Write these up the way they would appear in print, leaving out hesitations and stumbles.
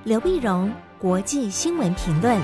刘必荣国际新闻评论。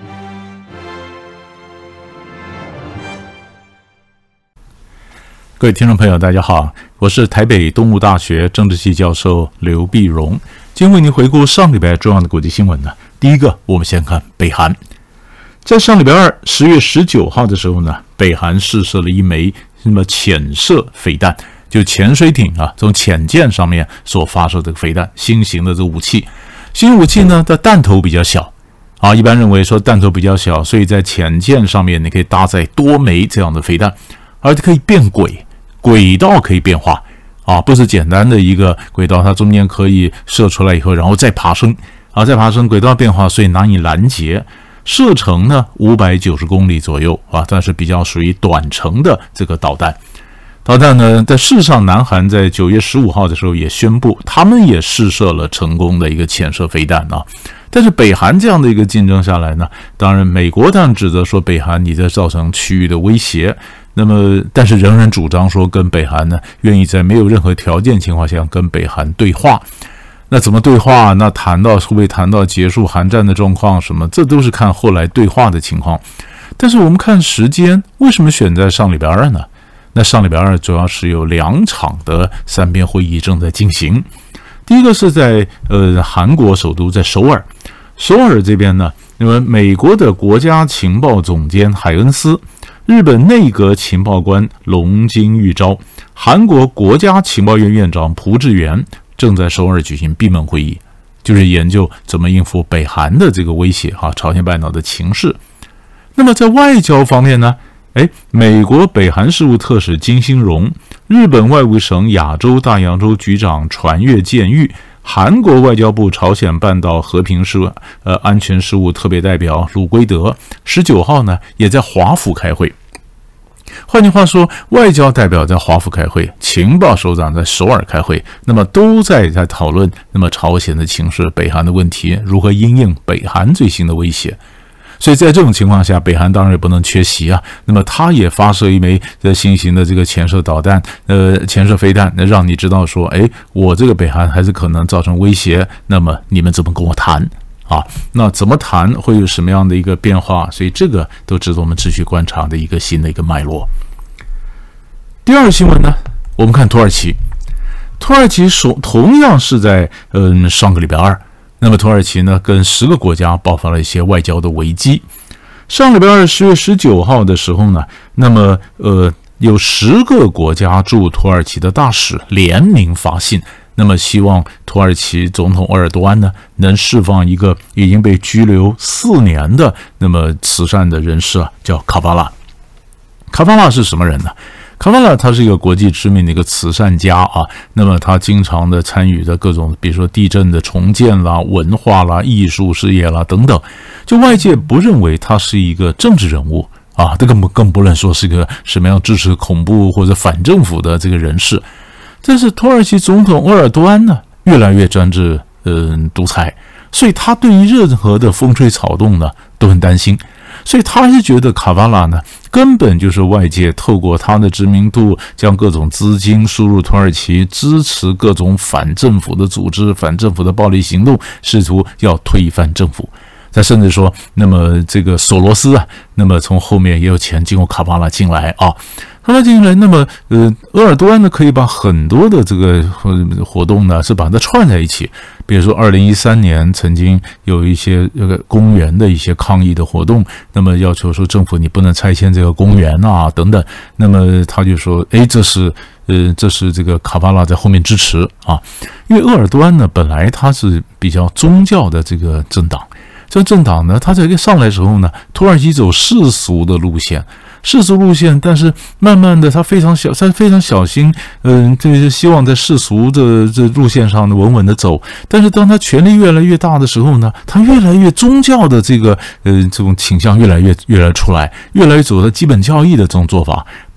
各位听众朋友大家好，我是台北东吴大学政治系教授刘必荣，今天为您回顾上礼拜重要的国际新闻呢。第一个，我们先看北韩。在上礼拜二10月19号的时候呢，北韩试射了一枚潜射飞弹，就潜水艇从潜舰上面所发射的飞弹，新型的这个武器。新武器呢的弹头比较小一般认为说弹头比较小，所以在潜舰上面你可以搭载多枚这样的飞弹，而且可以变轨道可以变化不是简单的一个轨道，它中间可以射出来以后然后再爬升轨道变化，所以难以拦截。射程呢590公里左右但是比较属于短程的这个导弹呢，在事实上南韩在9月15号的时候也宣布他们也试射了成功的一个潜射飞弹但是北韩这样的一个竞争下来呢，当然美国当然指责说北韩你在造成区域的威胁，那么但是仍然主张说跟北韩呢愿意在没有任何条件情况下跟北韩对话。那怎么对话？那会不会谈到结束韩战的状况什么？这都是看后来对话的情况。但是我们看时间，为什么选在上礼拜二呢？那上礼拜二主要是有2场的三边会议正在进行。第一个是在韩国首都在首尔这边呢，那么美国的国家情报总监海恩斯，日本内阁情报官龙金裕昭，韩国国家情报院院长朴智元正在首尔举行闭门会议，就是研究怎么应付北韩的这个威胁朝鲜半岛的情势。那么在外交方面呢，美国北韩事务特使金星荣，日本外务省亚洲大洋洲局长船越健裕，韩国外交部朝鲜半岛和平事务安全事务特别代表鲁圭德19号呢也在华府开会。换句话说，外交代表在华府开会，情报首长在首尔开会，那么都在讨论那么朝鲜的情势、北韩的问题，如何因应北韩最新的威胁。所以在这种情况下，北韩当然也不能缺席那么他也发射一枚新型的这个潜射导弹潜射飞弹，让你知道说我这个北韩还是可能造成威胁，那么你们怎么跟我谈那怎么谈会有什么样的一个变化，所以这个都值得我们持续观察的一个新的一个脉络。第二个新闻呢，我们看土耳其同样是在上个礼拜二，那么土耳其呢跟10个国家爆发了一些外交的危机。上礼拜二10月19号的时候呢，那么有10个国家驻土耳其的大使联名发信，那么希望土耳其总统鄂尔多安呢能释放一个已经被拘留4年的那么慈善的人士叫卡巴拉。卡巴拉是什么人呢？卡巴拉他是一个国际知名的一个慈善家那么他经常的参与的各种比如说地震的重建啦、文化啦、艺术事业啦等等，就外界不认为他是一个政治人物这更不能说是个什么样支持恐怖或者反政府的这个人士。但是土耳其总统鄂尔多安呢越来越专制独裁，所以他对于任何的风吹草动呢都很担心，所以他是觉得卡巴拉呢根本就是外界透过他的知名度将各种资金输入土耳其，支持各种反政府的组织、反政府的暴力行动，试图要推翻政府。他甚至说，那么这个索罗斯那么从后面也有钱经过卡巴拉进来那么鄂尔多安呢可以把很多的这个活动呢是把它串在一起，比如说2013年曾经有一些公园的一些抗议的活动，那么要求说政府你不能拆迁这个公园等等，那么他就说这是这个卡巴拉在后面支持因为鄂尔多安呢本来他是比较宗教的这个政党，这政党呢他在上来的时候呢，土耳其走世俗的路线，但是慢慢的他非常小心就是希望在世俗的这路线上稳稳的走。但是当他权力越来越大的时候呢，他越来越宗教的这个这种倾向越来越出来，越来越走的基本教义的这种做法，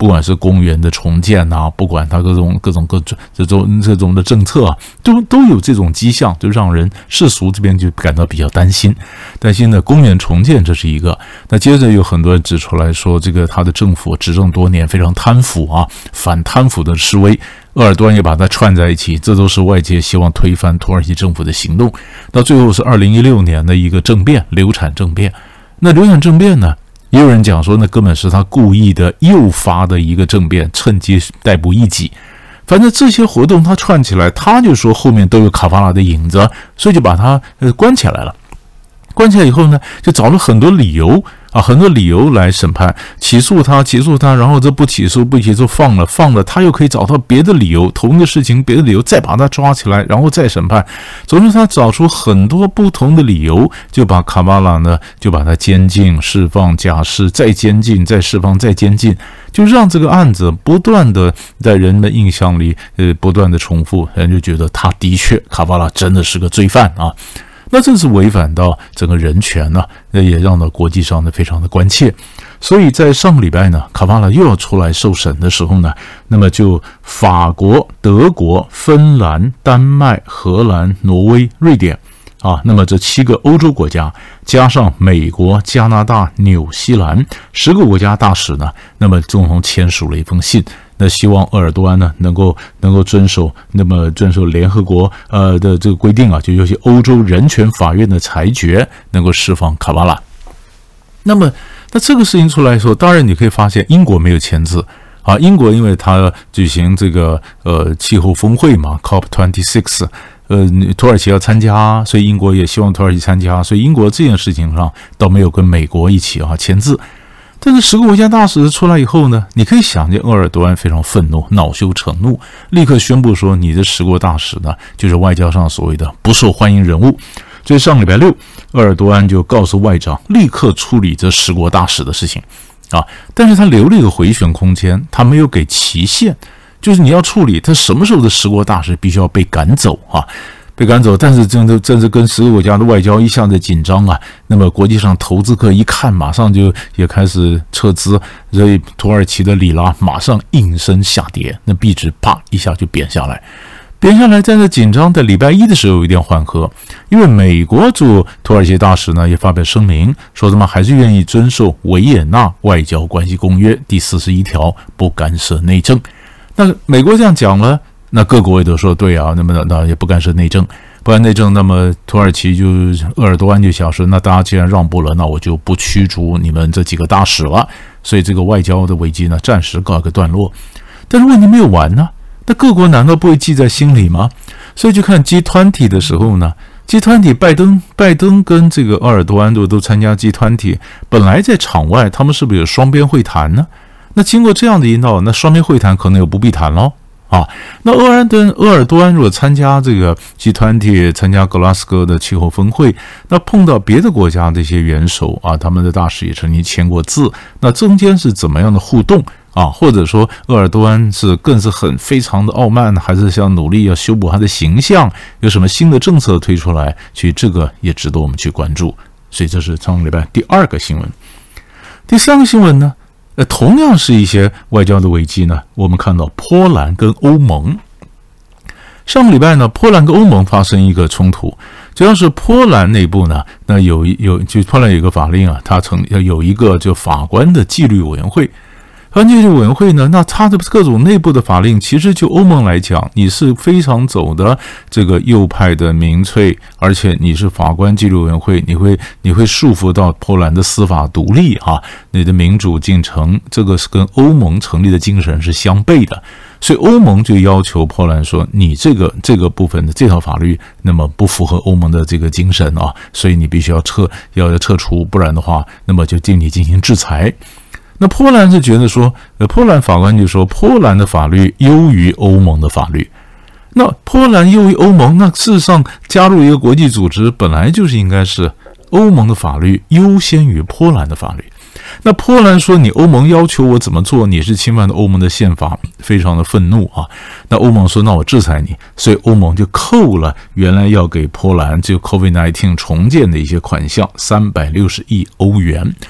不管是公园的重建啊，不管它各种这种的政策啊，都有这种迹象，就让人世俗这边就感到比较担心呢。公园重建这是一个，那接着有很多人指出来说，这个他的政府执政多年非常贪腐啊，反贪腐的示威，鄂尔多安也把它串在一起，这都是外界希望推翻土耳其政府的行动。到最后是2016年的一个政变，流产政变。那流产政变呢，也有人讲说那根本是他故意的诱发的一个政变，趁机逮捕异己。反正这些活动他串起来，他就说后面都有卡法拉的影子，所以就把他关起来了。关起来以后呢，就找了很多理由来审判，起诉他，然后这不起诉放了，他又可以找到别的理由，同一个事情别的理由再把他抓起来，然后再审判。总之他找出很多不同的理由，就把卡巴拉呢就把他监禁、释放、假释，再监禁、再释放、再监禁，就让这个案子不断的在人们印象里不断的重复，人就觉得他的确卡巴拉真的是个罪犯啊。那这是违反到整个人权呢，也让到国际上的非常的关切。所以在上个礼拜呢，卡巴拉又要出来受审的时候呢，那么就法国、德国、芬兰、丹麦、荷兰、挪威、瑞典啊，那么这7个欧洲国家加上美国、加拿大、纽西兰10个国家大使呢，那么共同签署了一封信。那希望鄂尔多安呢能够遵守联合国的这个规定啊，就尤其欧洲人权法院的裁决，能够释放卡巴拉。那这个事情出来的时候，当然你可以发现英国没有签字啊，英国因为它举行这个气候峰会嘛 ，COP26。土耳其要参加，所以英国也希望土耳其参加，所以英国这件事情上倒没有跟美国一起签字。但是10个国家大使出来以后呢，你可以想见鄂尔多安非常愤怒，恼羞成怒，立刻宣布说，你的10国大使呢，就是外交上所谓的不受欢迎人物。所以上礼拜6，鄂尔多安就告诉外长，立刻处理这10国大使的事情啊。但是他留了一个回旋空间，他没有给期限，就是你要处理他什么时候的10国大使必须要被赶走啊。被赶走，但是真的跟10个国家的外交一下子紧张啊。那么国际上投资客一看，马上就也开始撤资，所以土耳其的里拉马上应声下跌，那币值啪一下就贬下来。在这紧张，在礼拜1的时候有一点缓和，因为美国驻土耳其大使呢也发表声明，说他们还是愿意遵守维也纳外交关系公约第41条，不干涉内政。那美国这样讲了。那各国也都说对啊，那也不干涉内政，不干内政，那么土耳其就鄂尔多安就想说，那大家既然让步了，那我就不驱逐你们这几个大使了，所以这个外交的危机呢暂时告一个段落。但是问题没有完呢，那各国难道不会记在心里吗？所以就看 G20 的时候呢，G20 拜登跟这个鄂尔多安都参加 G20， 本来在场外他们是不是有双边会谈呢？那经过这样的引导，那双边会谈可能有不必谈咯。那鄂尔多安如果参加这个 G20， 参加格拉斯哥的气候峰会，那碰到别的国家这些元首啊，他们的大使也曾经签过字，那中间是怎么样的互动啊？或者说鄂尔多安更是非常的傲慢，还是想努力要修补他的形象？有什么新的政策推出来？所以这个也值得我们去关注。所以这是上个礼拜第2个新闻。第3个新闻呢？同样是一些外交的危机呢，我们看到波兰跟欧盟。上个礼拜呢，波兰跟欧盟发生一个冲突，主要是波兰内部呢，那就波兰有一个法令啊，它有一个就法官的纪律委员会。法官纪律委员会呢，那它的各种内部的法令，其实就欧盟来讲，你是非常走的这个右派的民粹，而且你是法官纪律委员会，你会束缚到波兰的司法独立啊，你的民主进程，这个是跟欧盟成立的精神是相悖的。所以欧盟就要求波兰说，你这个部分的这条法律，那么不符合欧盟的这个精神啊，所以你必须要撤除，不然的话，那么就对你进行制裁。那波兰是觉得说，波兰法官就说，波兰的法律优于欧盟的法律。那波兰优于欧盟，那事实上加入一个国际组织，本来就是应该是欧盟的法律优先于波兰的法律。那波兰说，你欧盟要求我怎么做，你是侵犯了欧盟的宪法，非常的愤怒啊。那欧盟说，那我制裁你，所以欧盟就扣了原来要给波兰就 COVID-19 重建的一些款项，360亿欧元。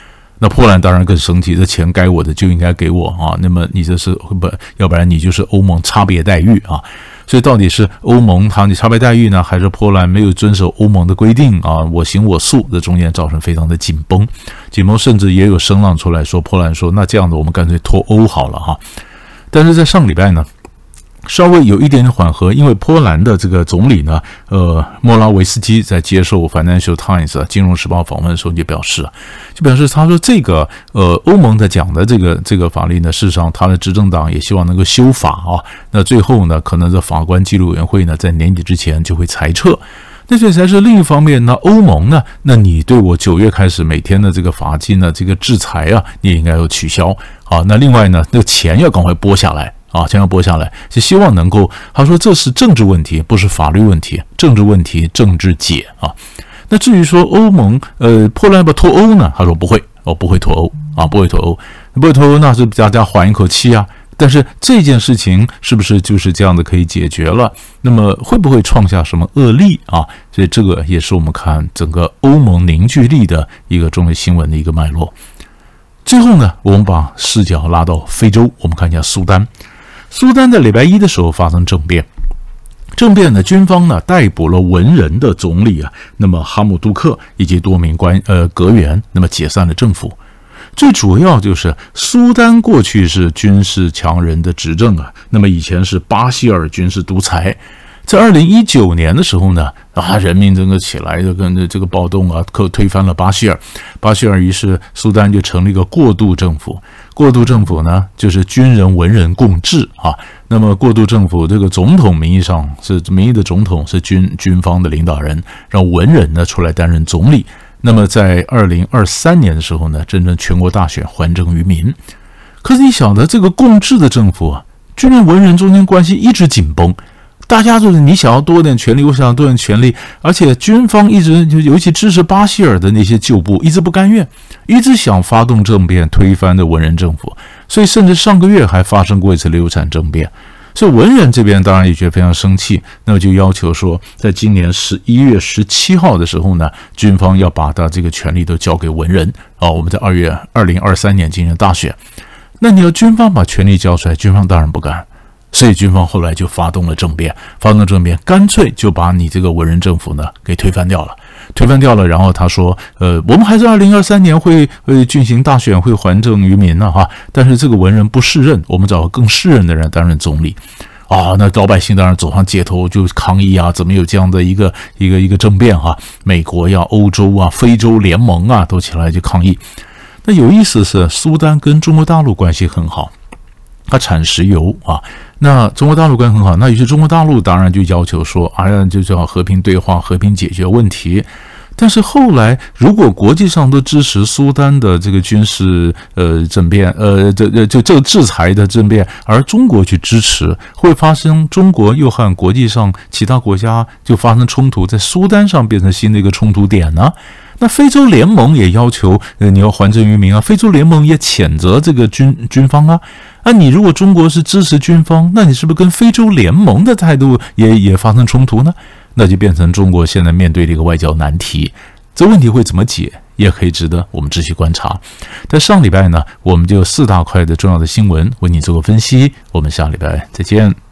那波兰当然更生气，这钱该我的就应该给我啊，那么你这是不，要不然你就是欧盟差别待遇啊。所以到底是欧盟它的差别待遇呢，还是波兰没有遵守欧盟的规定啊？我行我素，这中间造成非常的紧绷，甚至也有声浪出来说，波兰说那这样子我们干脆脱欧好了哈。但是在上礼拜呢，稍微有一点点缓和，因为波兰的这个总理呢，莫拉维斯基在接受 Financial Times 金融时报访问的时候就表示他说这个欧盟在讲的这个法律呢，事实上他的执政党也希望能够修法啊，那最后呢，可能这法官纪律委员会呢在年底之前就会裁撤。那这才是另一方面呢，欧盟呢，那你对我9月开始每天的这个罚金呢，这个制裁啊，你也应该要取消啊。那另外呢，那个钱要赶快拨下来。钱要拨下来，是希望能够，他说这是政治问题，不是法律问题，政治问题政治解啊。那至于说欧盟，波兰要不要脱欧呢？他说不会，不会脱欧啊，不会脱欧，那是大家缓一口气啊。但是这件事情是不是就是这样的可以解决了？那么会不会创下什么恶例啊？所以这个也是我们看整个欧盟凝聚力的一个重要新闻的一个脉络。最后呢，我们把视角拉到非洲，我们看一下苏丹。苏丹在礼拜一的时候发生政变呢，军方呢逮捕了文人的总理啊，那么哈姆杜克以及多名阁员，那么解散了政府。最主要就是苏丹过去是军事强人的执政啊，那么以前是巴希尔军事独裁。在2019年的时候呢，人民整个起来就跟这个暴动啊，推翻了巴希尔，于是苏丹就成立一个过渡政府。过渡政府呢，就是军人文人共治啊。那么过渡政府这个总统名义的总统是军方的领导人，让文人呢出来担任总理。那么在2023年的时候呢，真正全国大选还政于民。可是你晓得这个共治的政府啊，军人文人中间关系一直紧绷。大家就是你想要多点权利，我想要多点权利，而且军方一直尤其支持巴希尔的那些旧部一直不甘愿，一直想发动政变推翻的文人政府，所以甚至上个月还发生过一次流产政变。所以文人这边当然也觉得非常生气，那么就要求说，在今年11月17号的时候呢，军方要把他这个权利都交给文人啊。我们在2023年进行大选，那你要军方把权力交出来，军方当然不干。所以军方后来就发动了政变，干脆就把你这个文人政府呢给推翻掉了。然后他说，我们还是2023年会进行大选，会还政于民哈。但是这个文人不适任，我们找更适任的人担任总理。那老百姓当然走上街头就抗议啊，怎么有这样的一个政变哈？美国呀、欧洲啊、非洲联盟啊都起来就抗议。那有意思的是，苏丹跟中国大陆关系很好。它产石油啊，那中国大陆关系很好，那于是中国大陆当然就要求说，就要和平对话、和平解决问题。但是后来，如果国际上都支持苏丹的这个军事政变，这个制裁的政变，而中国去支持，会发生中国又和国际上其他国家就发生冲突，在苏丹上变成新的一个冲突点呢？那非洲联盟也要求你要还政于民啊，非洲联盟也谴责这个军方啊。你如果中国是支持军方，那你是不是跟非洲联盟的态度也发生冲突呢？那就变成中国现在面对的一个外交难题。这问题会怎么解，也可以值得我们继续观察。在上礼拜呢，我们就4大块的重要的新闻为你做个分析。我们下礼拜再见。